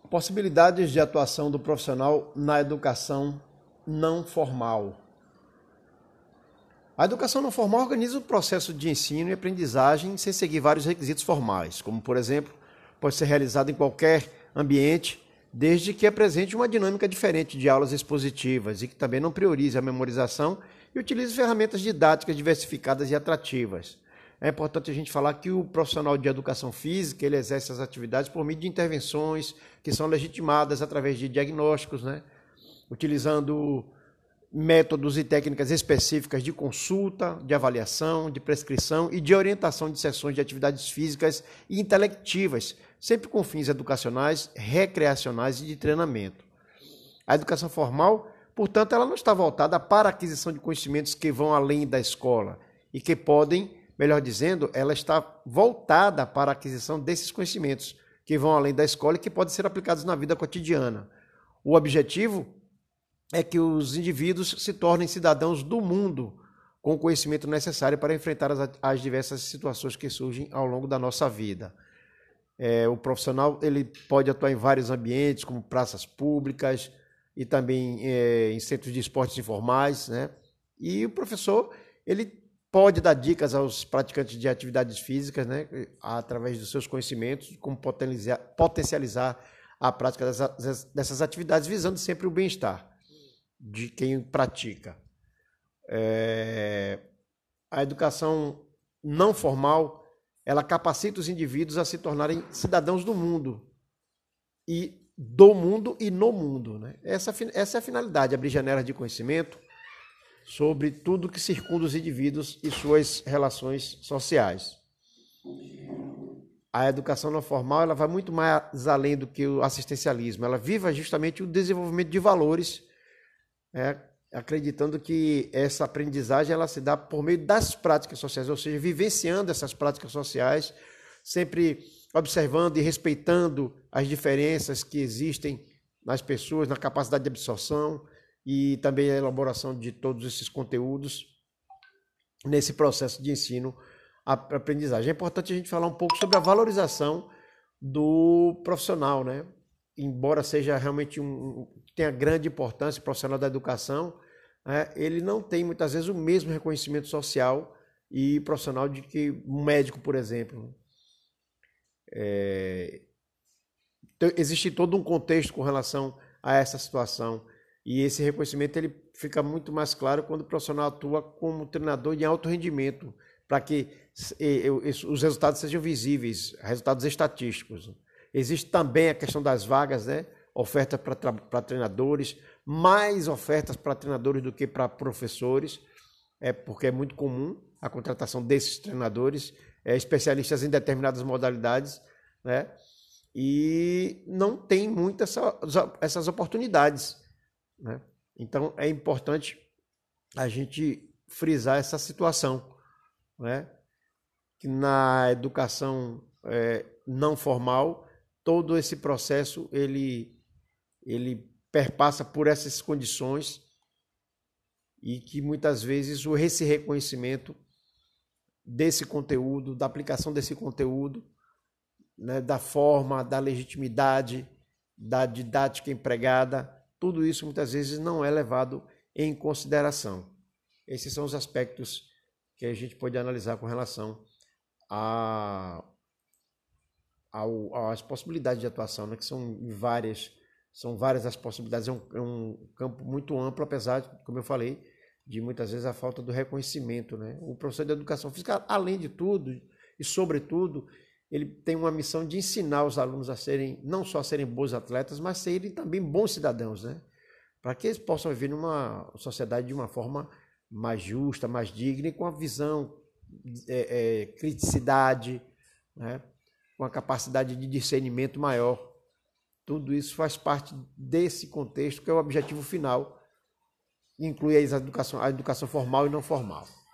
Possibilidades de atuação do profissional na educação não formal. A educação não formal organiza o processo de ensino e aprendizagem sem seguir vários requisitos formais, como, por exemplo, pode ser realizado em qualquer ambiente, desde que apresente uma dinâmica diferente de aulas expositivas e que também não priorize a memorização e utilize ferramentas didáticas diversificadas e atrativas. É importante a gente falar que o profissional de educação física, ele exerce as atividades por meio de intervenções que são legitimadas através de diagnósticos, utilizando métodos e técnicas específicas de consulta, de avaliação, de prescrição e de orientação de sessões de atividades físicas e intelectivas, sempre com fins educacionais, recreacionais e de treinamento. A educação formal, portanto, ela não está voltada para a aquisição de conhecimentos que vão além da escola e que podem, melhor dizendo, ela está voltada para a aquisição desses conhecimentos que vão além da escola e que podem ser aplicados na vida cotidiana. O objetivo é que os indivíduos se tornem cidadãos do mundo com o conhecimento necessário para enfrentar as diversas situações que surgem ao longo da nossa vida. O profissional ele pode atuar em vários ambientes, como praças públicas e também em centros de esportes informais, E o professor ele pode dar dicas aos praticantes de atividades físicas, através dos seus conhecimentos, como potencializar a prática dessas atividades, visando sempre o bem-estar de quem pratica. A educação não formal, ela capacita os indivíduos a se tornarem cidadãos do mundo e no mundo. Essa é a finalidade, abrir janelas de conhecimento sobre tudo que circunda os indivíduos e suas relações sociais. A educação não formal ela vai muito mais além do que o assistencialismo. Ela viva justamente o desenvolvimento de valores, acreditando que essa aprendizagem ela se dá por meio das práticas sociais, ou seja, vivenciando essas práticas sociais, sempre observando e respeitando as diferenças que existem nas pessoas, na capacidade de absorção, e também a elaboração de todos esses conteúdos nesse processo de ensino-aprendizagem. É importante a gente falar um pouco sobre a valorização do profissional, Embora seja realmente tenha grande importância, o profissional da educação, ele não tem muitas vezes o mesmo reconhecimento social e profissional de que um médico, por exemplo. Então, existe todo um contexto com relação a essa situação. E esse reconhecimento ele fica muito mais claro quando o profissional atua como treinador de alto rendimento, para que os resultados sejam visíveis, resultados estatísticos. Existe também a questão das vagas, ofertas para treinadores, mais ofertas para treinadores do que para professores, porque é muito comum a contratação desses treinadores, especialistas em determinadas modalidades, e não tem muitas essas oportunidades. Então é importante a gente frisar essa situação, que na educação não formal todo esse processo ele perpassa por essas condições e que muitas vezes esse reconhecimento desse conteúdo, da aplicação desse conteúdo, da forma, da legitimidade, da didática empregada, tudo isso muitas vezes não é levado em consideração. Esses são os aspectos que a gente pode analisar com relação às possibilidades de atuação, que são várias as possibilidades. É um campo muito amplo, apesar, como eu falei, de muitas vezes a falta do reconhecimento. O professor de educação física, além de tudo e sobretudo, ele tem uma missão de ensinar os alunos a serem, não só a serem bons atletas, mas serem também bons cidadãos, para que eles possam viver numa sociedade de uma forma mais justa, mais digna e com a visão, criticidade, com a capacidade de discernimento maior. Tudo isso faz parte desse contexto, que é o objetivo final, inclui a educação formal e não formal.